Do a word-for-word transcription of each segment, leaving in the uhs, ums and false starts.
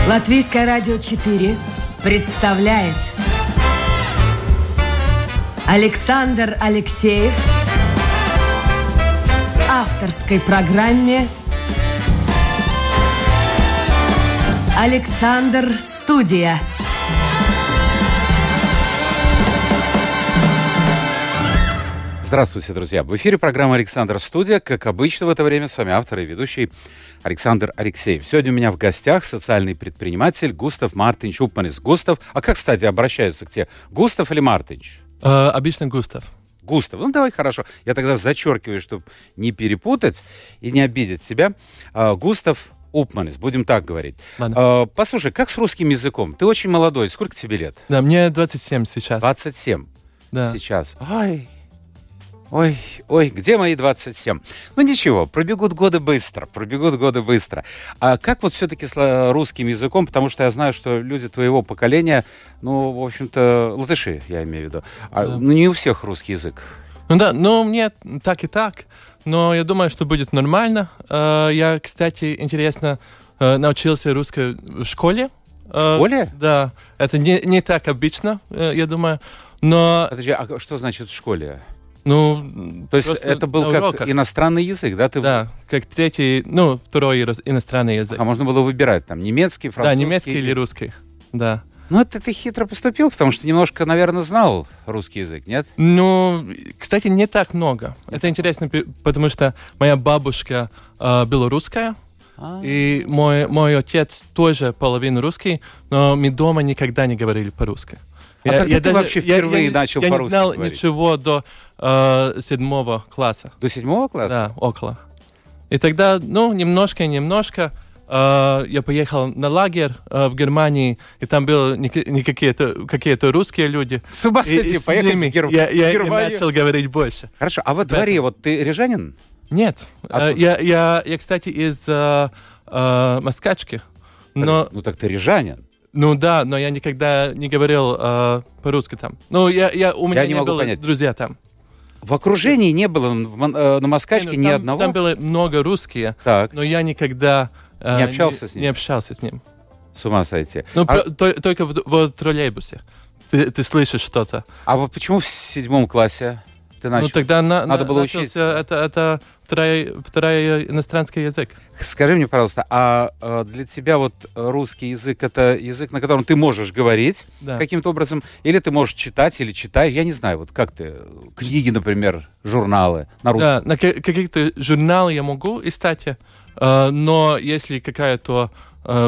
Латвийское радио четыре представляет Александр Алексеев в авторской программе «Александр Студия». Здравствуйте, друзья! В эфире программа «Александр Студия». Как обычно в это время с вами автор и ведущий Александр Алексеев. Сегодня у меня в гостях социальный предприниматель Густав Мартинч Упманис. Густав, а как, кстати, обращаются к тебе? Густав или Мартинч? Uh, обычно Густав. Густав. Ну, давай, хорошо. Я тогда зачеркиваю, чтобы не перепутать и не обидеть себя. Uh, Густав Упманис, будем так говорить. Uh, послушай, как с русским языком? Ты очень молодой. Сколько тебе лет? Да, мне двадцать семь сейчас. двадцать семь? Да. Сейчас. Ой... Ой, ой, где мои двадцать семь? Ну ничего, пробегут годы быстро, пробегут годы быстро. А как вот все-таки с русским языком, потому что я знаю, что люди твоего поколения, ну, в общем-то, латыши, я имею в виду, а, да. ну не у всех русский язык. Ну да, ну мне так и так, но я думаю, что будет нормально. Я, кстати, интересно, научился русской в школе. В школе? Да, это не, не так обычно, я думаю, но... Подожди, а что значит в школе? Ну, то есть это был как уроках. Иностранный язык, да? Ты... Да, как третий, ну, второй иностранный язык. А можно было выбирать там немецкий, французский? Да, немецкий или русский, да. Ну, это ты хитро поступил, потому что немножко, наверное, знал русский язык, нет? Ну, кстати, не так много. Это интересно, потому что моя бабушка э, белорусская, А-а-а. и мой, мой отец тоже половину русский, но мы дома никогда не говорили по-русски. А я, когда я ты даже, вообще впервые я, начал я, по-русски Я не знал говорить? ничего до э, седьмого класса. До седьмого класса? Да, около. И тогда, ну, немножко-немножко э, я поехал на лагерь э, в Германии, и там были не, не какие-то, какие-то русские люди. С ума сойти, поехать в Гер... я, я, Германию? Я начал говорить больше. Хорошо, а во дворе, вот ты рижанин? Нет, а э, я, я, я, кстати, из э, э, Москачки. Но... Ну так ты рижанин. Ну да, но я никогда не говорил э, по-русски там. Ну, я, я, у меня я не, не могу было понять. друзей там. В окружении не было на, на Москачке не, ну, ни там, одного? Там было много русских, так. но я никогда э, не, общался не, с ним? не общался с ним. С ума сойти. Ну, а... про, то, только в, в троллейбусе ты, ты слышишь что-то. А вот почему в седьмом классе ты начал? Ну, тогда на, надо на, было начался, учиться. Это, это второй, второй иностранный язык. Скажи мне, пожалуйста, а, а для тебя вот русский язык — это язык, на котором ты можешь говорить да. каким-то образом, или ты можешь читать, или читаешь? Я не знаю, вот как ты, книги, например, журналы на русском? Да, на каких-то журналы я могу искать, э, но если какая-то э,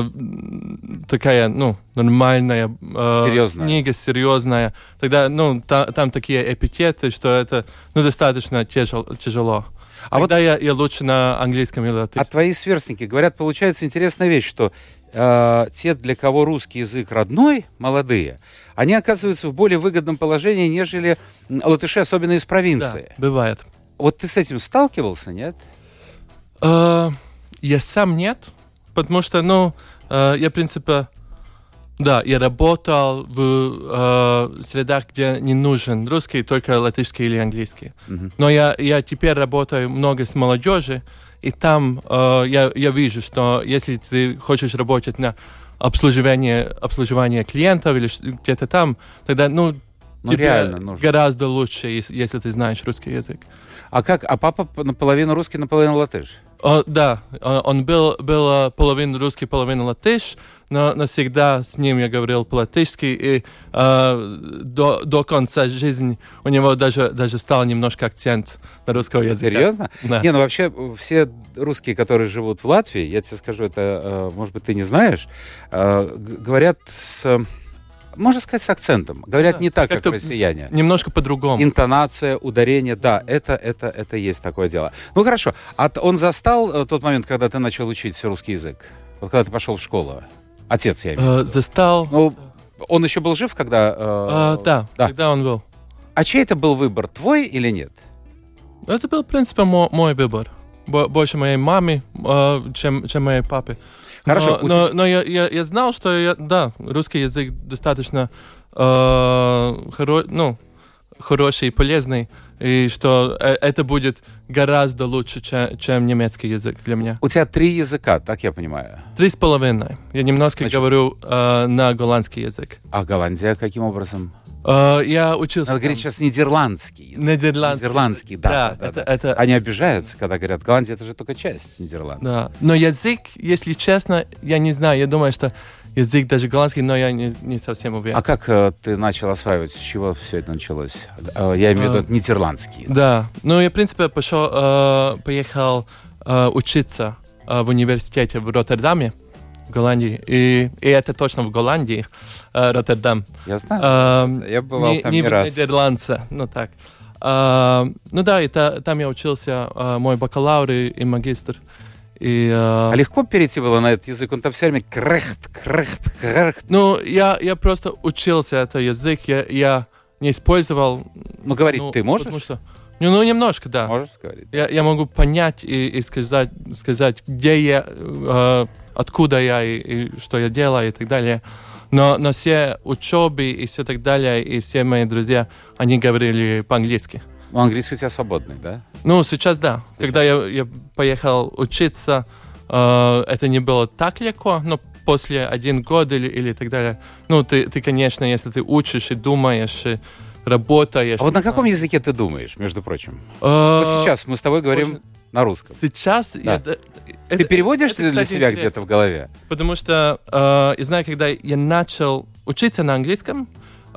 такая, ну, нормальная э, книга, серьезная, тогда, ну, та, там такие эпитеты, что это, ну, достаточно тяжело. тяжело. А Тогда вот я, я лучше на английском или латышском. А твои сверстники говорят, получается интересная вещь, что э, те, для кого русский язык родной, молодые, они оказываются в более выгодном положении, нежели латыши, особенно из провинции. Да, бывает. Вот ты с этим сталкивался, нет? Uh, я сам нет, потому что, ну, uh, я, в принципе, да, я работал в uh, средах, где не нужен русский, только латышский или английский. Uh-huh. Но я, я теперь работаю много с молодежью, и там uh, я, я вижу, что если ты хочешь работать на обслуживание, обслуживание клиентов или где-то там, тогда, ну, ну тебе реально нужно. Гораздо лучше, если, если ты знаешь русский язык. А как? А папа наполовину русский, наполовину латыш? О, да, он был, был половину русский, половину латыш, но навсегда с ним я говорил по-латышски, и э, до, до конца жизни у него даже, даже стал немножко акцент на русском языке. Серьезно? Да. Не, ну вообще все русские, которые живут в Латвии, я тебе скажу, это, э, может быть, ты не знаешь, э, говорят с... Можно сказать, с акцентом. Говорят, да, не так, как, как россияне. Немножко по-другому. Интонация, ударение, да, это, это, это есть такое дело. Ну, хорошо. А он застал тот момент, когда ты начал учить русский язык? Вот когда ты пошел в школу? Отец, я имею в виду. Э, застал. Ну, он еще был жив, когда... Э, э, да, да, когда он был. А чей это был выбор, твой или нет? Это был, в принципе, мой, мой выбор. Больше моей мамы, э, чем, чем моей папы. Хорошо. Но, но, но я, я, я знал, что я, да, русский язык достаточно э, хоро, ну, хороший и полезный и что э, это будет гораздо лучше, чем, чем немецкий язык для меня. У тебя три языка, так я понимаю? Три с половиной. Я немножко Значит, говорю э, на голландский язык. А Голландия каким образом? Uh, я учился... Надо говорить сейчас нидерландский. Нидерландский. Нидерландский, да. да, да, да, это, да. Это... Они обижаются, когда говорят, Голландия — это же только часть Нидерландов. Да, но язык, если честно, я не знаю. Я думаю, что язык даже голландский, но я не, не совсем уверен. А как э, ты начал осваивать? С чего все это началось? Э, я имею в виду uh, нидерландский. Да, ну я, в принципе, пошел, э, поехал э, учиться э, в университете в Роттердаме, в Голландии. И, и это точно в Голландии, э, Роттердам. Я знаю. Э, я бывал не, там не не раз. Нидерландцы, ну так. Э, ну да, и та, там я учился, э, мой бакалавр и, и магистр. И, э, а легко перейти было на этот язык? Он там все время крехт, крехт, крехт. Ну, я, я просто учился этот язык, я, я не использовал... Ну, говорить ну, ты можешь? Потому что, ну, ну, немножко, да. Можешь говорить? Я, я могу понять и, и сказать, сказать, где я, э, откуда я и, и что я делаю и так далее. Но, но все учебы и все так далее, и все мои друзья, они говорили по-английски. Ну, английский у тебя свободный, да? Ну, сейчас да. Когда я, я поехал учиться, э, это не было так легко, но после один год или, или так далее. Ну, ты, ты, конечно, если ты учишь и думаешь, и работаешь... А вот на каком языке ты думаешь, между прочим? Э, вот сейчас мы с тобой говорим очень... на русском. Сейчас... Да. Я, ты это, переводишь это, для кстати, себя интересно. где-то в голове? Потому что, э, я знаю, когда я начал учиться на английском,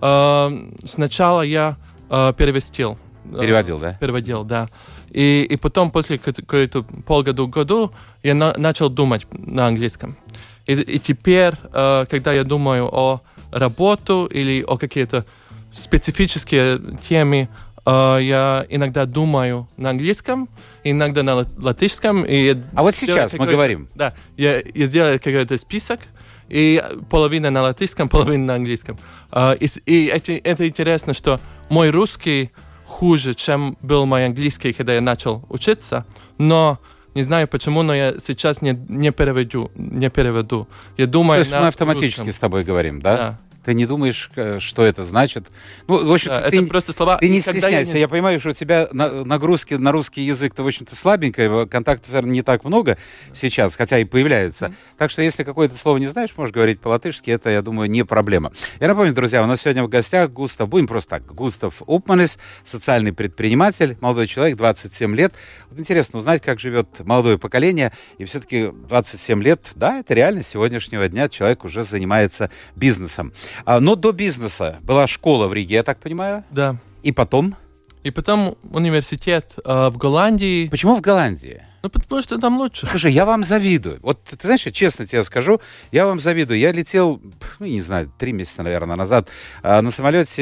э, сначала я э, перевестил. Переводил, да? Переводил, да. И, и потом, после какого-то полгода-году, я на, начал думать на английском. И, и теперь, э, когда я думаю о работе или о какие-то специфические темы, э, я иногда думаю на английском, иногда на латышском. И а вот сейчас мы говорим. Да, я, я сделаю какой-то список, и половина на латышском, половина на английском. Э, и и это, это интересно, что мой русский хуже, чем был мой английский, когда я начал учиться, но не знаю почему, но я сейчас не, не переведу, не переведу. Я думаю, то есть на мы автоматически русском. С тобой говорим, да? Да. Ты не думаешь, что это значит? Ну, в общем, да, ты, это просто слова. Ты не стесняйся. Я, не... я я понимаю, что у тебя на, нагрузки на русский язык-то, в общем-то, слабенькая, контактов, наверное, не так много сейчас, хотя и появляются. Mm. Так что, если какое-то слово не знаешь, можешь говорить по-латышски, это, я думаю, не проблема. Я напомню, друзья, у нас сегодня в гостях Густав, будем просто так, Густав Упманис, социальный предприниматель, молодой человек, двадцать семь лет. Вот интересно узнать, как живет молодое поколение, и все-таки двадцать семь лет, да, это реально с сегодняшнего дня человек уже занимается бизнесом. А, но до бизнеса Бизнеса. Была школа в Риге, я так понимаю? Да. И потом? И потом университет э, в Голландии. Почему в Голландии? Ну, потому что там лучше. Слушай, я вам завидую. Вот, ты знаешь, честно тебе скажу, я вам завидую. Я летел, ну, не знаю, три месяца, наверное, назад э, на самолете.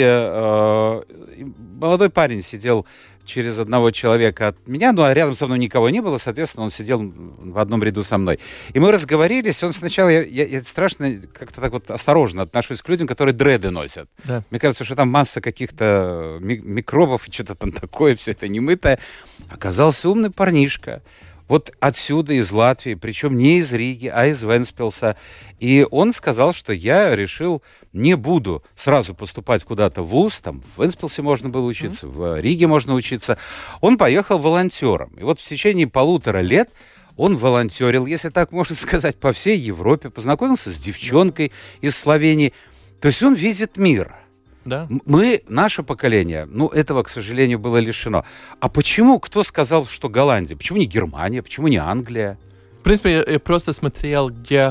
Э, молодой парень сидел через одного человека от меня, ну, а рядом со мной никого не было, соответственно, он сидел в одном ряду со мной. И мы разговорились, он сначала, я, я, я страшно как-то так вот осторожно отношусь к людям, которые дреды носят. Да. Мне кажется, что там масса каких-то ми- микробов и что-то там такое, все это немытое. Оказался умный парнишка. Вот отсюда, из Латвии, причем не из Риги, а из Вентспилса. И он сказал, что я решил, не буду сразу поступать куда-то в вуз, там в Вентспилсе можно было учиться, mm-hmm. в Риге можно учиться. Он поехал волонтером. И вот в течение полутора лет он волонтерил, если так можно сказать, по всей Европе, познакомился с девчонкой из Словении. То есть он видит мир. Да. Мы, наше поколение, ну, этого, к сожалению, было лишено. А почему, кто сказал, что Голландия? Почему не Германия? Почему не Англия? В принципе, я, я просто смотрел, где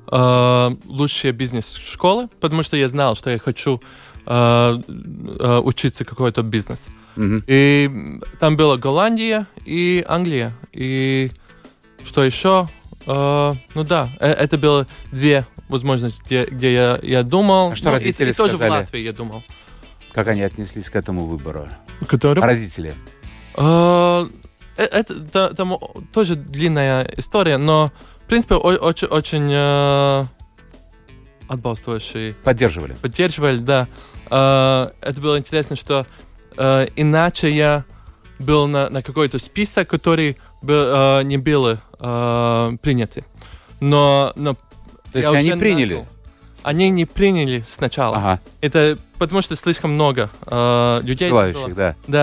э, лучшие бизнес-школы, потому что я знал, что я хочу э, э, учиться какой-то бизнес. Mm-hmm. И там была Голландия и Англия. И что еще? Э, ну да, это было две возможности, где, где я, я думал. А что ну, родители и, и сказали? тоже в Латвии я думал. Как они отнеслись к этому выбору? Который? А родители? Э, это, это там тоже длинная история, но, в принципе, очень, очень э, отбалствующие. Поддерживали? Поддерживали, да. Э, это было интересно, что э, иначе я был на, на какой-то список, который был, э, не были э, приняты. Но, но То есть они приняли? Начал. Они не приняли сначала. Ага. Это потому что слишком много э, людей. Желающих, да. Да.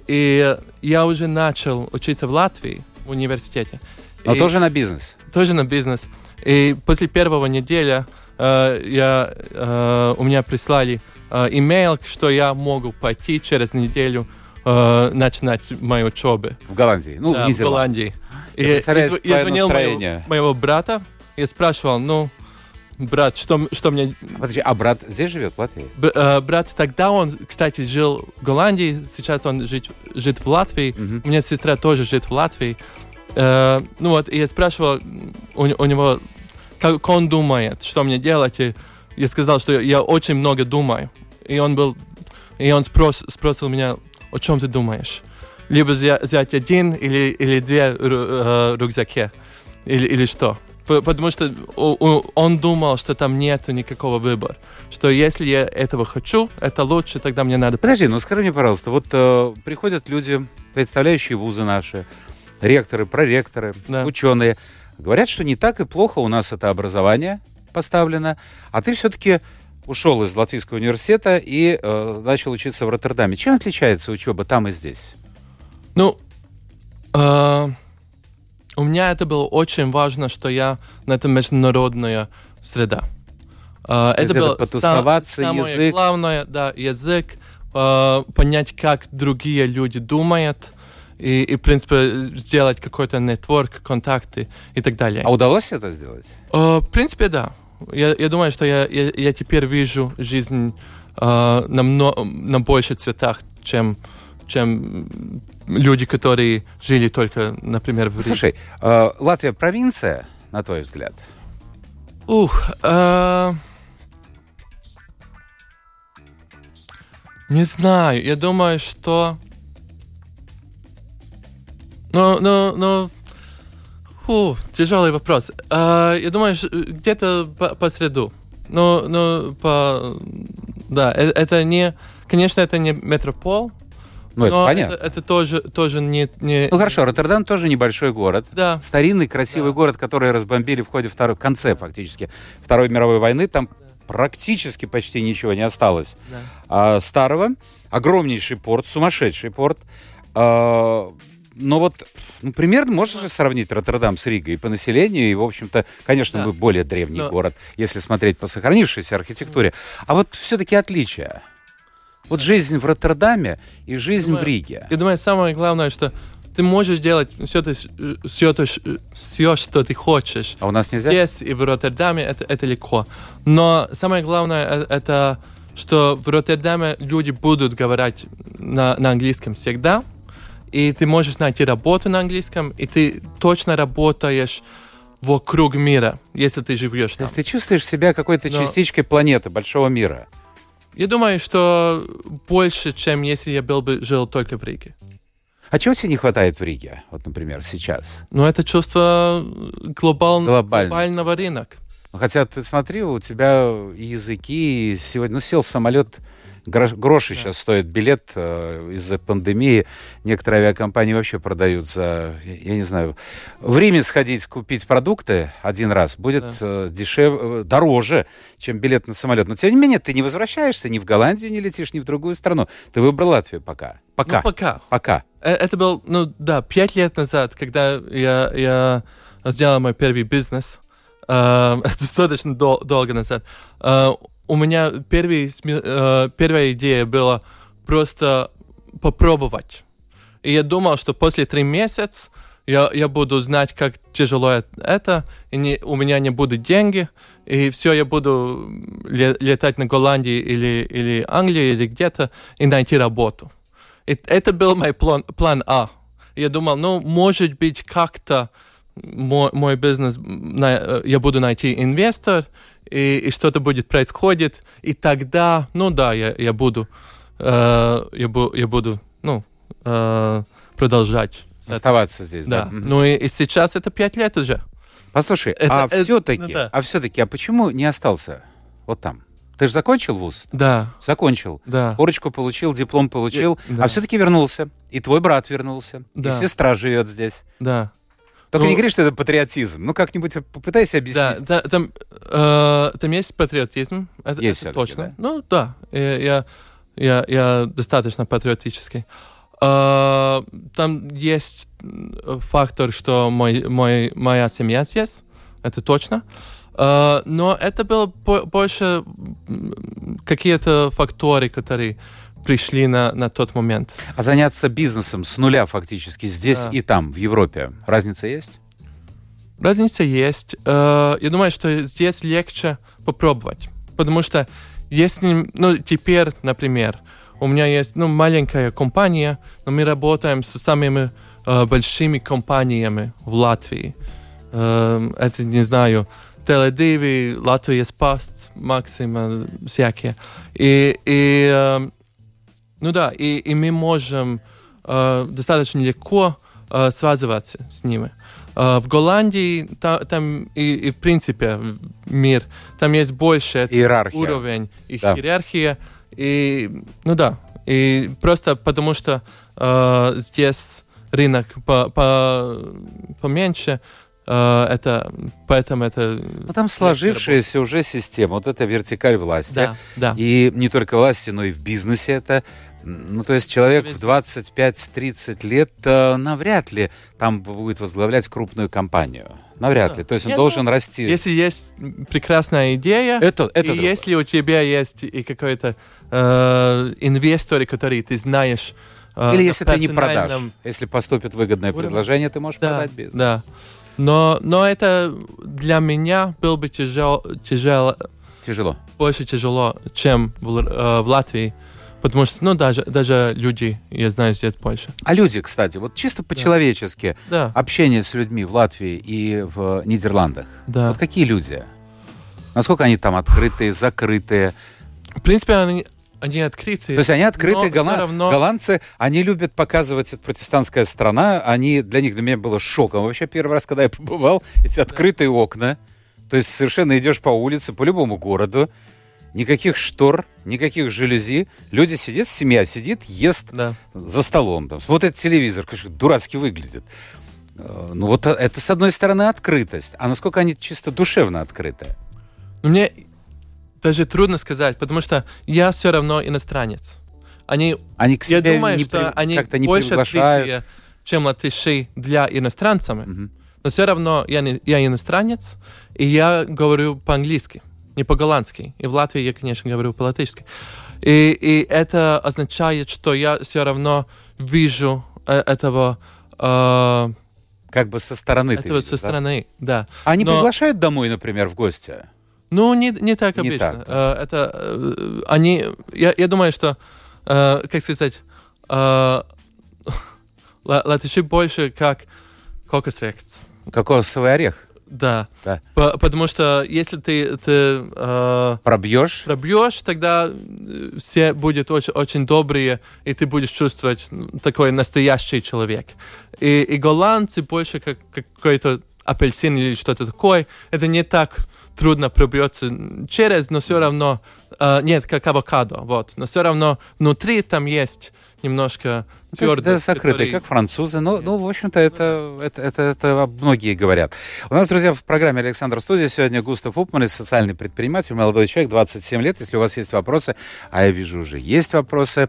И я уже начал учиться в Латвии, в университете. Но и тоже на бизнес. Тоже на бизнес. И после первого недели э, я, э, у меня прислали э, имейл, что я могу пойти через неделю э, начинать мою учебу. В Голландии? Ну, да, в в Голландии. Я И представляю я, я звонил настроение. моего, моего брата и спрашивал, ну, брат, что, что мне... Подожди, а брат здесь живет, в Латвии? Б, э, брат тогда, он, кстати, жил в Голландии, сейчас он жит, жит в Латвии. Угу. У меня сестра тоже живет в Латвии. Э, ну вот, и я спрашивал у, у него, как он думает, что мне делать. И я сказал, что я очень много думаю. И он был, и он спрос, спросил меня, о чем ты думаешь? Либо взять один или, или две э, рюкзаки, или, или что? Потому что он думал, что там нет никакого выбора. Что если я этого хочу, это лучше, тогда мне надо... Подожди, ну скажи мне, пожалуйста, вот э, приходят люди, представляющие вузы наши, ректоры, проректоры, да. ученые, говорят, что не так и плохо у нас это образование поставлено, а ты все-таки ушел из Латвийского университета и э, начал учиться в Роттердаме. Чем отличается учеба там и здесь? Ну... Э... У меня это было очень важно, что я на этом международная среда. Uh, это было потусоваться, сам, язык. Самое главное, да, язык, uh, понять, как другие люди думают, и, и, в принципе, сделать какой-то нетворк, контакты и так далее. А удалось это сделать? Uh, в принципе, да. Я, я думаю, что я, я, я теперь вижу жизнь uh, на, мно, на больших цветах, чем... чем люди, которые жили только, например, в Риге. Слушай, э, Латвия провинция, на твой взгляд? Ух, э, не знаю. Я думаю, что... Ну, ну, ну... Фу, тяжелый вопрос. Э, я думаю, где-то по, по среду. Ну, ну, по... Да, это, это не... Конечно, это не метропол. Ну, это но понятно. Это, это тоже, тоже не, не... Ну, хорошо, Роттердам тоже небольшой город. Да. Старинный, красивый да. город, который разбомбили в ходе второй... конце, фактически, Второй мировой войны. Там да. практически почти ничего не осталось да. а, старого. Огромнейший порт, сумасшедший порт. А, но вот, ну, примерно можно же сравнить Роттердам с Ригой и по населению, и, в общем-то, конечно, да. мы более древний но... город, если смотреть по сохранившейся архитектуре. А вот все-таки отличия. Вот жизнь в Роттердаме и жизнь думаю, в Риге. Я думаю, самое главное, что ты можешь делать все, это, все, это, все что ты хочешь. А у нас нельзя? Здесь и в Роттердаме это, это легко. Но самое главное, это, что в Роттердаме люди будут говорить на, на английском всегда. И ты можешь найти работу на английском, и ты точно работаешь вокруг мира, если ты живешь там. То есть ты чувствуешь себя какой-то Но... частичкой планеты, большого мира? Я думаю, что больше, чем если я был бы жил только в Риге. А чего тебе не хватает в Риге, вот, например, сейчас? Ну, это чувство глобал... глобального рынка. Хотя, ты смотри, у тебя и языки, и сегодня... Ну, сел самолет, грош, гроши да. сейчас стоит билет э, из-за пандемии. Некоторые авиакомпании вообще продают за, я, я не знаю... В Риме сходить, купить продукты один раз будет да. э, дешевле, дороже, чем билет на самолет. Но, тем не менее, ты не возвращаешься, ни в Голландию не летишь, ни в другую страну. Ты выбрал Латвию пока. Пока. Ну, пока. Пока. Это был, ну, да, пять лет назад, когда я, я сделал мой первый бизнес. Uh, достаточно дол- долго назад. Uh, у меня первый, uh, первая идея была просто попробовать. И я думал, что после трех месяцев я, я буду знать, как тяжело это, и не, у меня не будут деньги, и все, я буду ле- летать на Голландии или, или Англии, или где-то, и найти работу. И это был мой план, план А. Я думал, ну, может быть, как-то Мой, мой бизнес, я буду найти инвестор, и, и что-то будет происходить, и тогда, ну да, я, я буду, э, я, бу, я буду, ну, э, продолжать. Оставаться здесь, да? Да. Mm-hmm. Ну и, и сейчас это пять лет уже. Послушай, это, а это, все-таки, ну, да. а все-таки, а почему не остался вот там? Ты же закончил вуз? Да. Закончил. Да. Корочку получил, диплом получил, я, да. а все-таки вернулся. И твой брат вернулся, да. и сестра живет здесь. Да. Только ну, не говори, что это патриотизм. Ну, как-нибудь попытайся объяснить. Да, да там, э, там есть патриотизм. Это, есть это точно. Да? Ну, да. Я, я, я достаточно патриотический. Uh, там есть фактор, что мой, мой, моя семья здесь, это точно. Uh, но это было по- больше какие-то факторы, которые пришли на, на тот момент. А заняться бизнесом с нуля фактически здесь да. и там, в Европе, разница есть? Разница есть. Uh, я думаю, что здесь легче попробовать. Потому что если, ну, теперь, например, у меня есть, ну, маленькая компания, но мы работаем с самыми uh, большими компаниями в Латвии. Uh, это, не знаю, Теледиви, Латвия Спаст, Максима, всякие. И, и uh, ну да, и, и мы можем uh, достаточно легко uh, связываться с ними. Uh, в Голландии та, там и, и в принципе мир, там есть больше уровень и да. иерархия. И, ну да, и просто потому что uh, здесь рынок по, по, поменьше, uh, это, поэтому это... Ну, там сложившаяся уже система, вот эта вертикаль власти. Да, да. И не только власти, но и в бизнесе это... Ну, то есть человек в двадцать пять тридцать лет э, навряд ли там будет возглавлять крупную компанию. Навряд да. ли. То есть он Нет, должен ну, расти. Если есть прекрасная идея, это, это и если у тебя есть и какой-то э, инвестор, который ты знаешь... Э, Или если ты не продашь. Если поступит выгодное уровень. предложение, ты можешь да, продать бизнес. Да, но, но это для меня было бы тяжело, тяжело, тяжело. больше тяжело, чем в, э, в Латвии. Потому что, ну, даже, даже люди, я знаю, здесь больше. А люди, кстати, вот чисто по-человечески, да. общение с людьми в Латвии и в Нидерландах, да. вот какие люди? Насколько они там открытые, закрытые? В принципе, они, они открытые. То есть они открытые, голланд... равно... голландцы, они любят показывать, это протестантская страна, они, для них, для меня было шоком. Вообще, первый раз, когда я побывал, эти да. открытые окна, то есть совершенно идешь по улице, по любому городу, никаких штор, никаких жалюзи. Люди сидят, семья сидит, ест да. за столом, там, смотрит телевизор, конечно, дурацки выглядит. Ну вот это, с одной стороны, открытость. А насколько они чисто душевно открыты? Мне даже трудно сказать, потому что я все равно иностранец. Они, они к себе я думаю, не что при... они не больше открытые, чем латыши для иностранцев. Угу. Но все равно я, не, я иностранец, и я говорю по-английски. Не по-голландски. И в Латвии я, конечно, говорю по-латышски. И, и это означает, что я все равно вижу этого... Э, как бы со стороны этого ты видишь, со стороны, да. Они Но, приглашают домой, например, в гости? Ну, не, не так не обычно. Так. Э, это... Э, они... Я, я думаю, что... Э, как сказать... Э, латыши больше как кокосрекс. Кокосовый орех? Да. да. По- потому что если ты, ты э, пробьешь, пробьешь, тогда все будут очень, очень добрые, и ты будешь чувствовать такой настоящий человек. И, и голландцы больше как какой-то апельсин или что-то такое. Это не так трудно пробьется через, но все равно э, нет, как авокадо, вот. Но все равно внутри там есть немножко твердость. Да, закрытый, который... как французы. Ну, ну в общем-то, это, это, это, это многие говорят. У нас, друзья, в программе «Александр Студия» сегодня Густав Упман, социальный предприниматель, молодой человек, двадцать семь лет. Если у вас есть вопросы, а я вижу, уже есть вопросы,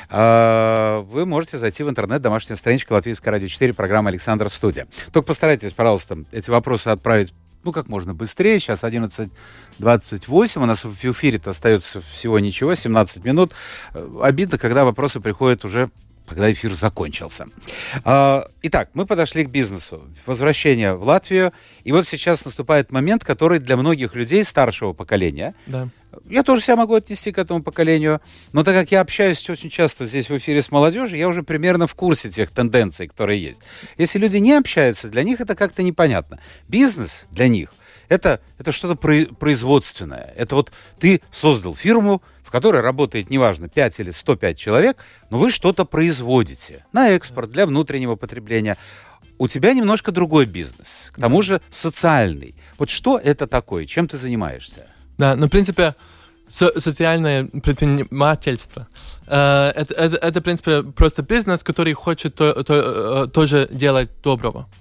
вы можете зайти в интернет, домашняя страничка Латвийское радио четыре, программа «Александр Студия». Только постарайтесь, пожалуйста, эти вопросы отправить ну, как можно быстрее. Сейчас одиннадцать двадцать восемь. У нас в эфире-то остается всего ничего, семнадцать минут. Обидно, когда вопросы приходят уже, когда эфир закончился. Итак, мы подошли к бизнесу. Возвращение в Латвию. И вот сейчас наступает момент, который для многих людей старшего поколения. Да. Я тоже себя могу отнести к этому поколению. Но так как я общаюсь очень часто здесь в эфире с молодежью, я уже примерно в курсе тех тенденций, которые есть. Если люди не общаются, для них это как-то непонятно. Бизнес для них это, это что-то производственное. Это вот ты создал фирму, в которой работает, неважно, пять или сто пять человек, но вы что-то производите на экспорт, для внутреннего потребления. У тебя немножко другой бизнес, к тому же социальный. Вот что это такое? Чем ты занимаешься? Да, ну, в принципе, со- социальное предпринимательство э, это, это, это, в принципе, просто бизнес, который хочет то, то, тоже делать доброго.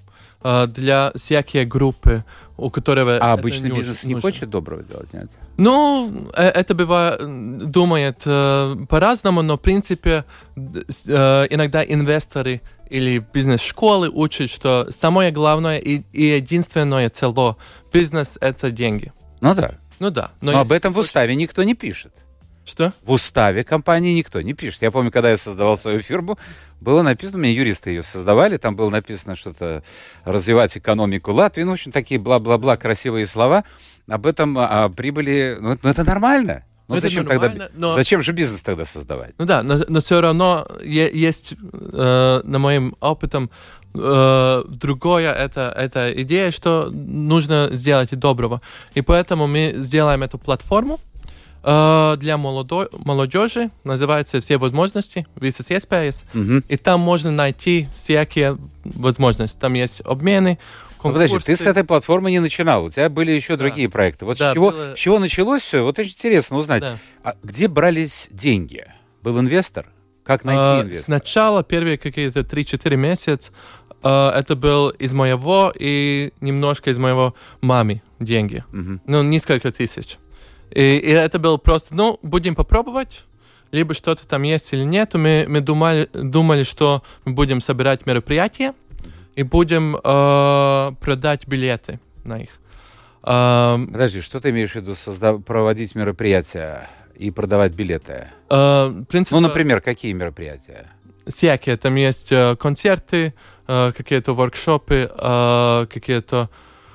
э, для всякие группы, у которого... А обычный нуж, бизнес не нужно. хочет доброго делать, нет? Ну, э, это бывает, думает э, по-разному, но в принципе э, иногда инвесторы или бизнес-школы учат, что самое главное и, и единственное цело бизнес — это деньги. Ну да. Ну да. Но, но об этом в уставе никто не пишет. Что? В уставе компании никто не пишет. Я помню, когда я создавал свою фирму, было написано, у меня юристы ее создавали, там было написано что-то «развивать экономику Латвии», ну, в общем, такие бла-бла-бла красивые слова. Об этом о прибыли, ну, ну это нормально. Ну, ну зачем тогда, но... зачем же бизнес тогда создавать? Ну да, но, но все равно е- есть, э, на моем опытом, э, другое, это, это идея, что нужно сделать и доброго. И поэтому мы сделаем эту платформу э, для молодо- молодежи, называется «Все возможности», «Visas iespējas», угу. И там можно найти всякие возможности. Там есть обмены, Ну, подожди, ты с этой платформы не начинал, у тебя были еще да. другие проекты. Вот да, с, чего, было... с чего началось все? Вот очень интересно узнать, да. а где брались деньги? Был инвестор? Как найти а, инвестора? Сначала первые какие-то три-четыре месяца а, это был из моего и немножко из моего мамы деньги. Угу. Ну, несколько тысяч. И, и это было просто, ну, будем попробовать, либо что-то там есть или нет. Мы, мы думали, думали, что мы будем собирать мероприятия, и будем э, продать билеты на их. Э, Подожди, что ты имеешь в виду, созда- проводить мероприятия и продавать билеты? Э, принципе, ну, например, какие мероприятия? Всякие. Там есть э, концерты, э, какие-то воркшопы, э, какие-то,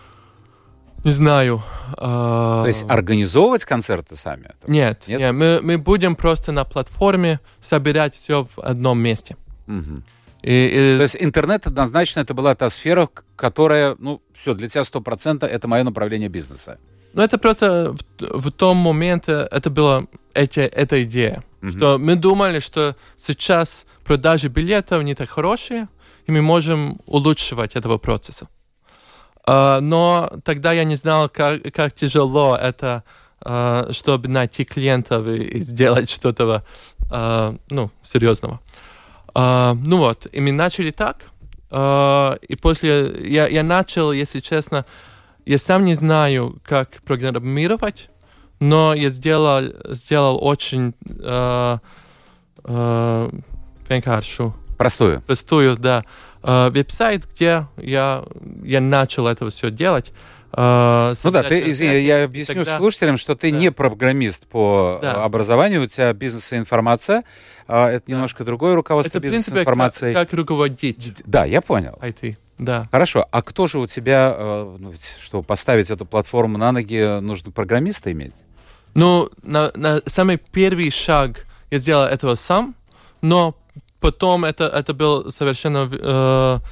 не знаю... Э, То есть организовывать концерты сами? Нет, нет? нет мы, мы будем просто на платформе собирать все в одном месте. Угу. И, и... То есть интернет однозначно это была та сфера, которая, ну, все, для тебя сто процентов это мое направление бизнеса. Ну, это просто в, в том моменте, это была эти, эта идея. Mm-hmm. Что мы думали, что сейчас продажи билетов не так хорошие, и мы можем улучшить этого процесса. Uh, но тогда я не знал, как, как тяжело это, uh, чтобы найти клиентов и, и сделать что-то, uh, ну, серьезного. Uh, ну вот, и мы начали так, uh, и после я, я начал, если честно, я сам не знаю, как программировать, но я сделал, сделал очень uh, uh, vienkāršu, простую, простую, да, uh, веб-сайт, где я, я начал это все делать. Uh, ну да, ты, извини, я объясню тогда... слушателям, что ты да. не программист по да. образованию, у тебя бизнес и информация, uh, это да. немножко другое руководство это, бизнес-информацией. Как, как руководить. Да, я понял. ай ти, да. Хорошо, а кто же у тебя, uh, ну, чтобы поставить эту платформу на ноги, нужно программиста иметь? Ну, на, на самый первый шаг я сделал этого сам, но потом это, это был совершенно... Uh,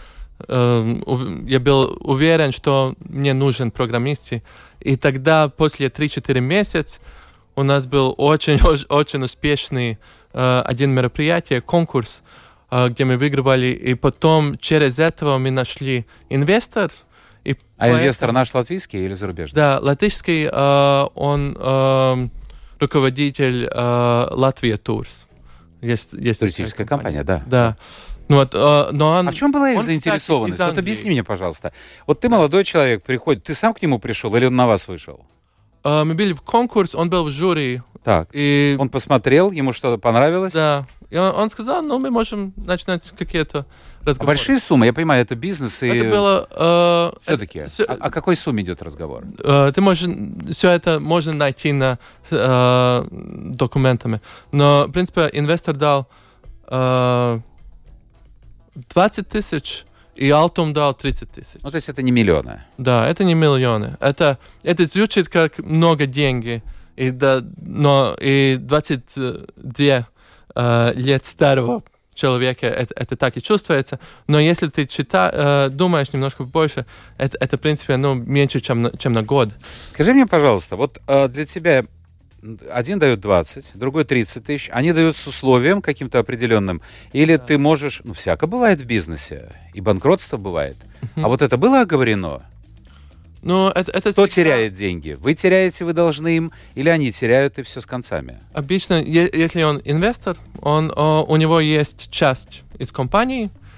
я был уверен, что мне нужен программист. И тогда, после три-четыре месяца, у нас был очень, очень успешный uh, один мероприятие, конкурс, uh, где мы выигрывали. И потом через это мы нашли инвестор. И а поэтому... инвестор наш латвийский или зарубежный? Да, латвийский. Uh, он uh, руководитель uh, Латвия Турс. Есть, есть туристическая компания, компания, да. Да. Ну, вот, uh, но он, а в чем была их он, заинтересованность? Кстати, вот объясни мне, пожалуйста. Вот ты молодой человек, приходит, ты сам к нему пришел или он на вас вышел? Uh, мы были в конкурс, он был в жюри. Так, и... он посмотрел, ему что-то понравилось? Да, и он, он сказал, ну, мы можем начинать какие-то разговоры. А большие суммы, я понимаю, это бизнес и... Это было... Uh, Все-таки, это, о, о какой сумме идет разговор? Uh, ты можешь, все это можно найти на uh, документами. Но, в принципе, инвестор дал... Uh, двадцать тысяч, и Altum дал тридцать тысяч. Ну, то есть это не миллионы. Да, это не миллионы. Это, это звучит как много денег. И, да, но и двадцать два э, лет старого человека это, это так и чувствуется. Но если ты чита, э, думаешь немножко больше, это, это, в принципе, ну, меньше, чем на, чем на год. Скажи мне, пожалуйста, вот э, для тебя... Один дает двадцать, другой тридцать тысяч. Они дают с условием каким-то определенным. Или да. ты можешь... Ну, всяко бывает в бизнесе. И банкротство бывает. Uh-huh. А вот это было оговорено? Ну, это, это Кто всегда... теряет деньги? Вы теряете, вы должны им? Или они теряют, и все с концами? Обычно, е- если он инвестор, он, о, у него есть часть из компании,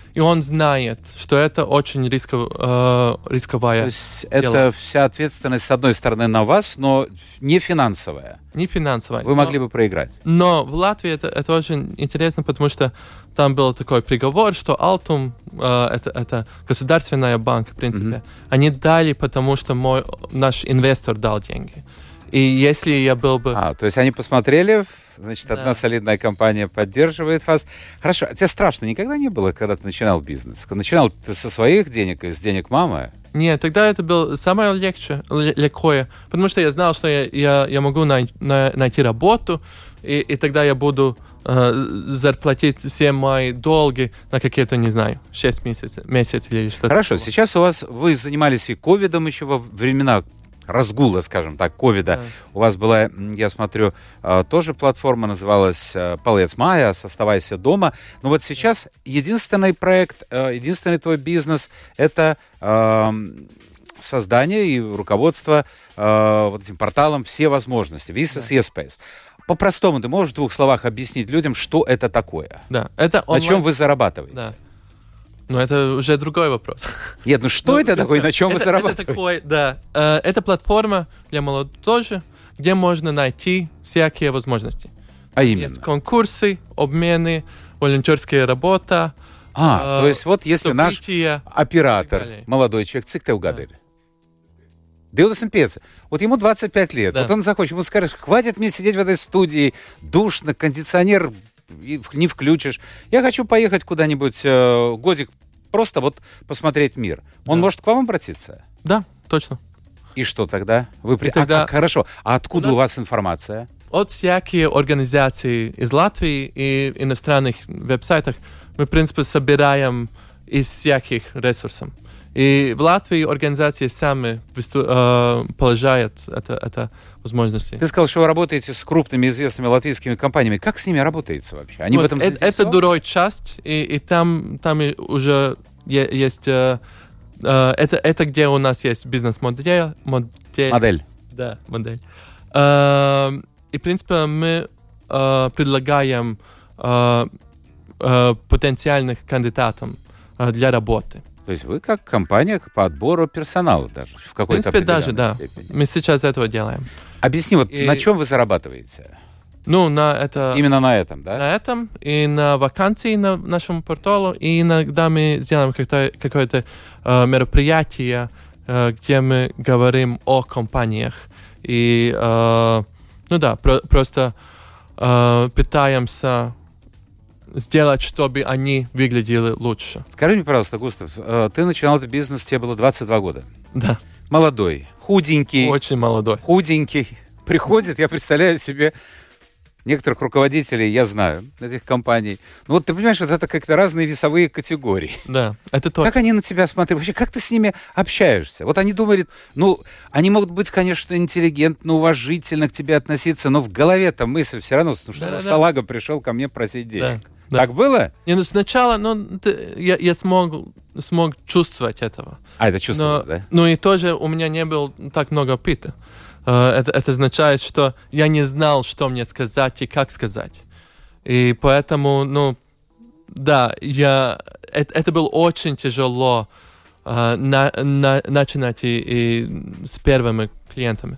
и он знает, что это очень рисков, э, рисковая. То есть дело. это вся ответственность, с одной стороны, на вас, но не финансовая. Не финансовая. Вы могли бы проиграть. Но в Латвии это, это очень интересно, потому что там был такой приговор, что Altum, э, это, это государственная банка, в принципе, mm-hmm. они дали, потому что мой, наш инвестор дал деньги. И если я был бы... А, то есть они посмотрели, значит, да. одна солидная компания поддерживает вас. Хорошо, а тебе страшно никогда не было, когда ты начинал бизнес? Начинал ты со своих денег, из денег мамы? Нет, тогда это было самое легче, легкое, потому что я знал, что я, я, я могу най, на, найти работу, и, и тогда я буду э, зарплатить все мои долги на какие-то, не знаю, шесть месяцев, месяцев или что-то. Хорошо, такого. сейчас у вас, вы занимались и ковидом еще во времена разгула, скажем так, ковида. Да. У вас была, я смотрю, тоже платформа, называлась «Палец Майя», «Оставайся дома». Но вот сейчас единственный проект, единственный твой бизнес — это создание и руководство вот этим порталом «Все возможности», Visas Iespējas. По-простому, ты можешь в двух словах объяснить людям, что это такое? Да, это онлайн... На чем вы зарабатываете? Да. Но это уже другой вопрос. Нет, ну что ну, это такое, на чем это, вы зарабатываете? Это такой, да. Э, это платформа для молодежи, где можно найти всякие возможности. А именно? Есть конкурсы, обмены, волонтерская работа. А, э, то есть вот если наш оператор, молодой человек, цик ты угадали. двадцать пять. Вот ему двадцать пять лет. Да. Вот он захочет, ему скажет, хватит мне сидеть в этой студии, душно, кондиционер не включишь. Я хочу поехать куда-нибудь э, годик, просто вот посмотреть мир. Он да. может к вам обратиться? Да, точно. И что тогда? Вы при... тогда... а, а, хорошо. А откуда у, нас... у вас информация? От всякие организации из Латвии и иностранных веб-сайтах мы, в принципе, собираем из всяких ресурсов. И в Латвии организации сами высту... э, положают это, это возможности. Ты сказал, что вы работаете с крупными известными латвийскими компаниями. Как с ними работается вообще? Они вот, в этом это, это другая часть, и, и там, там уже есть... Э, э, это, это где у нас есть бизнес-модель. Модель. Модель. Да, модель. Э, и, в принципе, мы э, предлагаем э, э, потенциальных кандидатам э, для работы. То есть вы как компания по отбору персонала даже в какой-то в принципе, даже, да. степени. Мы сейчас этого делаем. Объясни, вот и... на чем вы зарабатываете? Ну, на это... Именно на этом, да? На этом, и на вакансии на нашем портале, и иногда мы сделаем какое-то, какое-то э, мероприятие, э, где мы говорим о компаниях. И, э, ну да, про- просто э, пытаемся... сделать, чтобы они выглядели лучше. Скажи мне, пожалуйста, Густав, ты начинал этот бизнес, тебе было двадцать два года. Да. Молодой, худенький. Очень молодой. Худенький. Приходит, я представляю себе некоторых руководителей, я знаю, этих компаний. Ну вот ты понимаешь, вот это как-то разные весовые категории. Да, это точно. Как они на тебя смотрят? Вообще, как ты с ними общаешься? Вот они думают, ну, они могут быть, конечно, интеллигентно, уважительно к тебе относиться, но в голове-то мысль все равно, ну что да, за да, салага пришел ко мне просить денег? Да. Да. Так было? Не, ну сначала, ну, ты, я, я смог, смог чувствовать этого. А, это чувствовал, но, да? Ну и тоже у меня не было так много опыта. Uh, это, это означает, что я не знал, что мне сказать и как сказать. И поэтому, ну, да, я, это, это было очень тяжело uh, на, на, начинать и, и с первыми клиентами.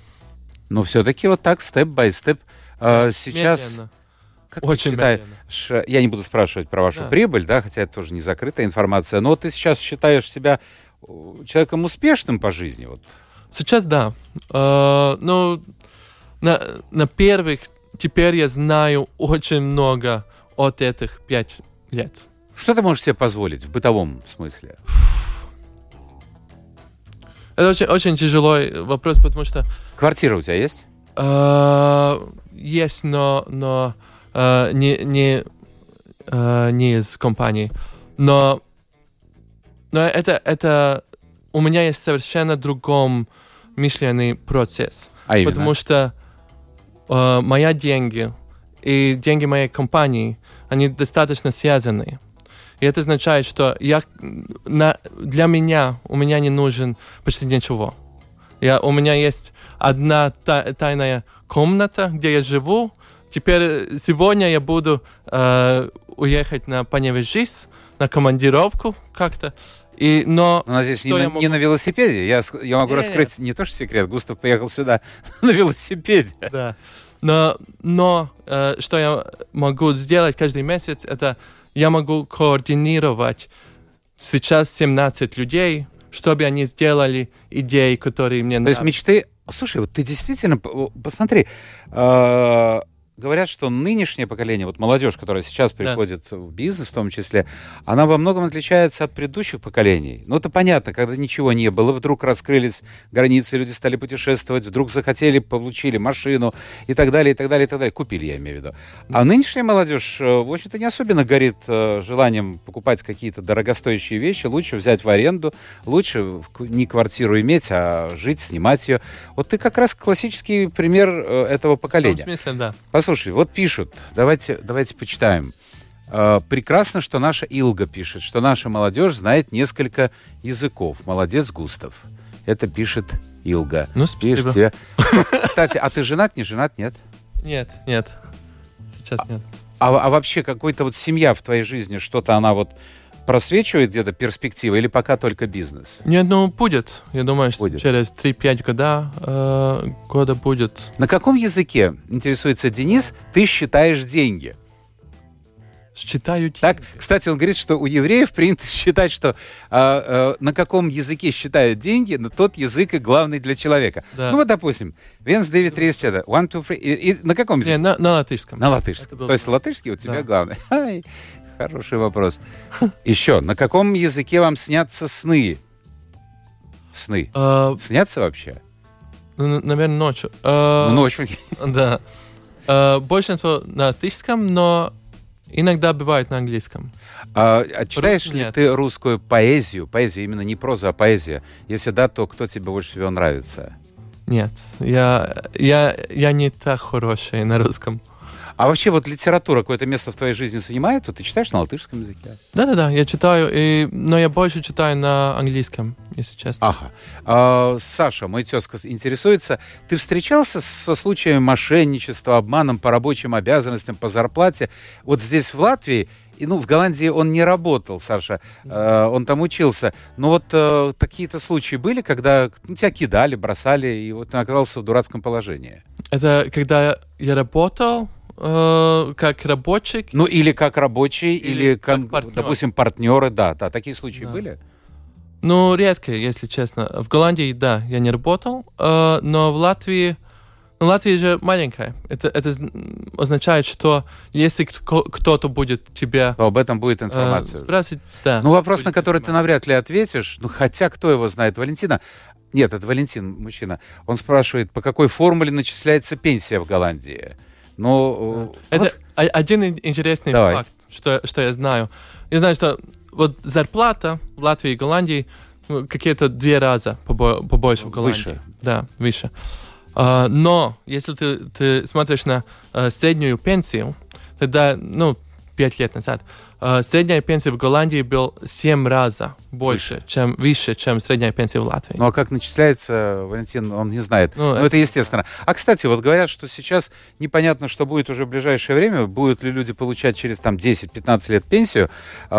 Но все-таки вот так, степ-бай-степ. Uh, сейчас... Медленно. Как очень ты считаешь, я не буду спрашивать про вашу да. прибыль, да, хотя это тоже не закрытая информация, но ты сейчас считаешь себя человеком успешным по жизни? Вот. Сейчас да. Uh, ну, на, на первых, теперь я знаю очень много от этих пять лет. Что ты можешь себе позволить в бытовом смысле? Это очень, очень тяжелый вопрос, потому что... Квартира у тебя есть? Uh, есть, но, но uh, не, не, uh, не из компании. Но, но это, это у меня есть совершенно другой мышленный процесс. А именно? Потому что uh, мои деньги и деньги моей компании, они достаточно связаны. И это означает, что я, на, для меня, у меня не нужен почти ничего. Я, у меня есть одна та, тайная комната, где я живу. Теперь сегодня я буду э, уехать на Паневежис. на командировку как-то. И, но надеюсь, не, на, могу... не на велосипеде. Я, я могу Нет. раскрыть не то, что секрет. Густав поехал сюда на велосипеде. Да. Но, но э, что я могу сделать каждый месяц, это я могу координировать сейчас семнадцать людей, чтобы они сделали идеи, которые мне то нравятся. То есть мечты... Слушай, вот ты действительно... Посмотри... Э- Говорят, что нынешнее поколение, вот молодежь, которая сейчас приходит да. в бизнес в том числе, она во многом отличается от предыдущих поколений. Ну, это понятно, когда ничего не было, вдруг раскрылись границы, люди стали путешествовать, вдруг захотели, получили машину и так далее, и так далее, и так далее. Купили, я имею в виду. А нынешняя молодежь, в общем-то, не особенно горит желанием покупать какие-то дорогостоящие вещи. Лучше взять в аренду, лучше не квартиру иметь, а жить, снимать ее. Вот ты как раз классический пример этого поколения. В том смысле, да. Слушай, вот пишут, давайте, давайте почитаем. Э, прекрасно, что наша Илга пишет, что наша молодежь знает несколько языков. Молодец, Густав. Это пишет Илга. Ну, спасибо. Тебе. Кстати, а ты женат, не женат, нет? Нет, нет. Сейчас нет. А, а вообще какой-то вот семья в твоей жизни, что-то она вот просвечивает где-то перспективы или пока только бизнес? Нет, ну будет. Я думаю, что будет. через три-пять года, э, года будет. На каком языке, интересуется Денис, ты считаешь деньги? Считаю деньги. Так, кстати, он говорит, что у евреев принято считать, что э, э, на каком языке считают деньги, на тот язык и главный для человека. Да. Ну вот, допустим, Венс Дэвид Рис, one, two, three, и, и на каком языке? Не, на, на латышском. На латышском. То есть латышский у тебя да. главный. Ай. Хороший вопрос. Еще, на каком языке вам снятся сны? Сны. Uh, снятся вообще? Ну, наверное, ночью. Uh, ну, ночью. Да. Uh, большинство на латышском, но иногда бывает на английском. А, а читаешь Рус... ли Нет. ты русскую поэзию? Поэзию именно не проза, а поэзия. Если да, то кто тебе больше всего нравится? Нет. Я, я, я не так хороший на русском. А вообще вот литература какое-то место в твоей жизни занимает? Вот ты читаешь на латышском языке? Да-да-да, я читаю, и... но я больше читаю на английском, если честно. Ага. А, Саша, мой тезка, интересуется, ты встречался со случаями мошенничества, обманом по рабочим обязанностям, по зарплате? Вот здесь, в Латвии, и, ну, в Голландии он не работал, Саша, э, он там учился. Но вот э, такие-то случаи были, когда ну, тебя кидали, бросали, и вот ты оказался в дурацком положении? Это когда я работал... как рабочий. Ну, или как рабочий, или, или как, партнер. Допустим, партнеры, да, да. Такие случаи да. были? Ну, редко, если честно. В Голландии, да, я не работал, но в Латвии... Ну, Латвия же маленькая. Это, это означает, что если кто-то будет тебя... То об этом будет информация. Э, спрашивать, да. Ну, вопрос, на который ты навряд ли ответишь, ну, хотя кто его знает, Валентина... Нет, это Валентин, мужчина. Он спрашивает, по какой формуле начисляется пенсия в Голландии? Но, это вот. один интересный Давай. факт, что, что я знаю. Я знаю, что вот зарплата в Латвии и Голландии какие-то две раза побо- побольше в Голландии. Выше. Да, выше. Uh, но если ты, ты смотришь на uh, среднюю пенсию, тогда, ну, пять лет назад, uh, средняя пенсия в Голландии была семь раз больше, выше. чем выше, чем средняя пенсия в Латвии. Ну, а как начисляется, Валентин, он не знает. Ну, это... это естественно. А, кстати, вот говорят, что сейчас непонятно, что будет уже в ближайшее время, будут ли люди получать через там десять-пятнадцать лет пенсию.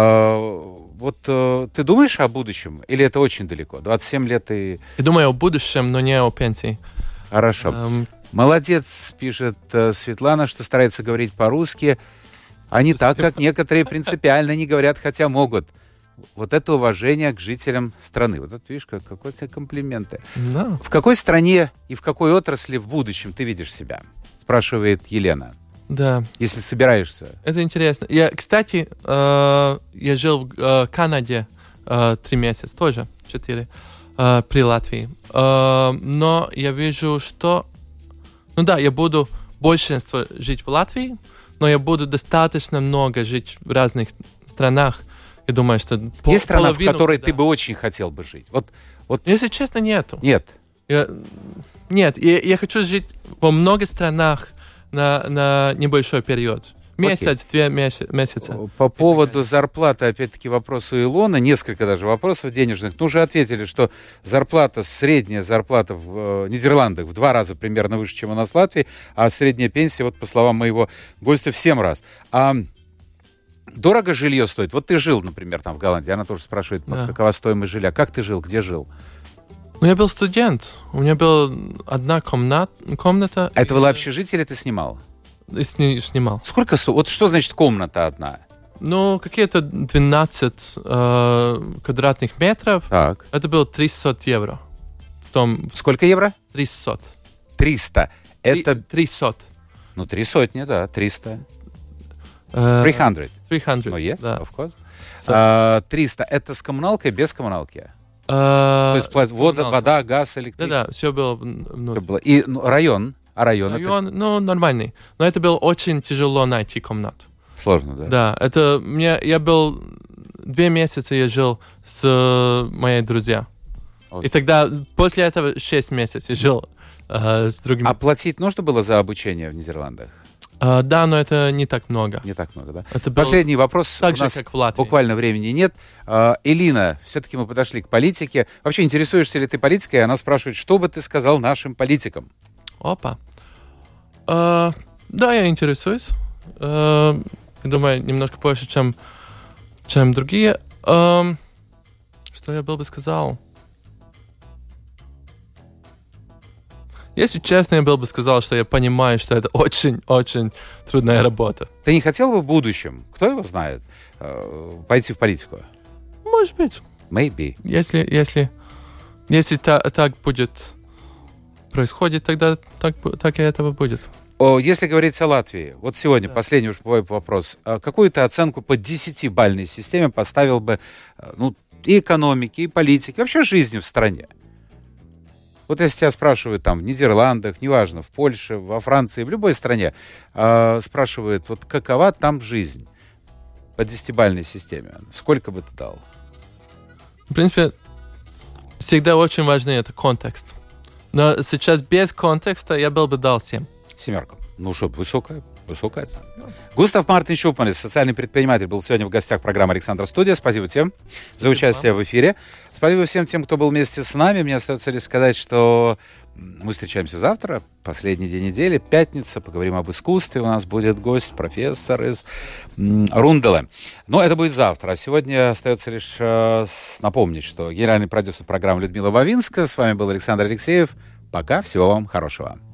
Uh, вот uh, ты думаешь о будущем? Или это очень далеко? двадцать семь лет и... Я думаю о будущем, но не о пенсии. Хорошо. Um... Молодец, пишет uh, Светлана, что старается говорить по-русски. А не так, как некоторые принципиально не говорят, хотя могут. Вот это уважение к жителям страны. Вот это, видишь, как, какие тебе комплименты. Да. В какой стране и в какой отрасли в будущем ты видишь себя? Спрашивает Елена. Да. Если собираешься. Это интересно. Я, кстати, э, я жил в э, Канаде э, три месяца, тоже четыре, э, при Латвии. Э, но я вижу, что... Ну да, я буду большинство жить в Латвии, но я буду достаточно много жить в разных странах. Я думаю, что... Пол- Есть страна, половину, в которой да. ты бы очень хотел бы жить? Вот, вот... Если честно, нету. Нет? Я, нет, я, я хочу жить во многих странах на, на небольшой период. Месяц, две месяца. По поводу зарплаты, опять-таки, вопрос у Илона, несколько даже вопросов денежных. Ну, уже ответили, что зарплата, средняя зарплата в э, Нидерландах в два раза примерно выше, чем у нас в Латвии, а средняя пенсия, вот по словам моего гостя, в семь раз. А Дорого жилье стоит? Вот ты жил, например, там в Голландии. Она тоже спрашивает, Да. какова стоимость жилья. Как ты жил? Где жил? Ну, я был студент. У меня была одна комнат, комната. А это и- было общежитие или ты снимал? и сни- снимал. Сколько стоит? Вот что значит комната одна? Ну, какие-то двенадцать э, квадратных метров. Так. Это было триста евро. В том Сколько евро? триста. триста. Это, триста. ну, три сотни, да, триста. Э, триста. триста. Ну, yes, да. of course. So- А, триста. Это с коммуналкой, без коммуналки? Э, То есть пла- вода, коммуналка. вода, газ, электричество? Да-да, все было вн- внутри. Было. И ну, район? А район, Район, ну, нормальный. Но это было очень тяжело найти комнату. это сложно, да? Да, это мне, я был, две месяца я жил с э, моими друзьями. Вот. И тогда, после этого, шесть месяцев я жил э, с другими. А платить нужно было за обучение в Нидерландах? Э, да, но это не так много. Не так много, да? Это было Последний вопрос. так У же, нас как в Латвии. буквально времени нет. А, Элина, все-таки мы подошли к политике. Вообще, интересуешься ли ты политикой? И она спрашивает, что бы ты сказал нашим политикам? Опа. Э, да, я интересуюсь. Э, думаю, немножко больше, чем, чем другие. Эм, что я был бы сказал? Если честно, я был бы сказал, что я понимаю, что это очень-очень трудная работа. Ты не хотел бы в будущем, кто его знает, э, пойти в политику? Может быть. Maybe. Если, если, если та- так будет происходить, тогда так, бу- так и этого будет. О, если говорить о Латвии, вот сегодня, Да. последний уж мой вопрос. А какую ты оценку по десятибалльной системе поставил бы э, ну, и экономике, и политике, вообще жизни в стране? Вот если тебя спрашивают там в Нидерландах, неважно, в Польше, во Франции, в любой стране, э, спрашивают, вот какова там жизнь по десятибалльной системе, сколько бы ты дал? В принципе, всегда очень важный это контекст. Но сейчас без контекста я был бы дал семь. Семерка. Ну что, высокая, высокая оценка. Густав Мартин Шупманис, социальный предприниматель, был сегодня в гостях программы «Александр Студия». Спасибо всем за участие в эфире. Спасибо всем тем, кто был вместе с нами. Мне остается лишь сказать, что мы встречаемся завтра, последний день недели, пятница. Поговорим об искусстве. У нас будет гость, профессор из м, Рунделе. Но это будет завтра. А сегодня остается лишь э, напомнить, что генеральный продюсер программы Людмила Вавинска. С вами был Александр Алексеев. Пока. Всего вам хорошего.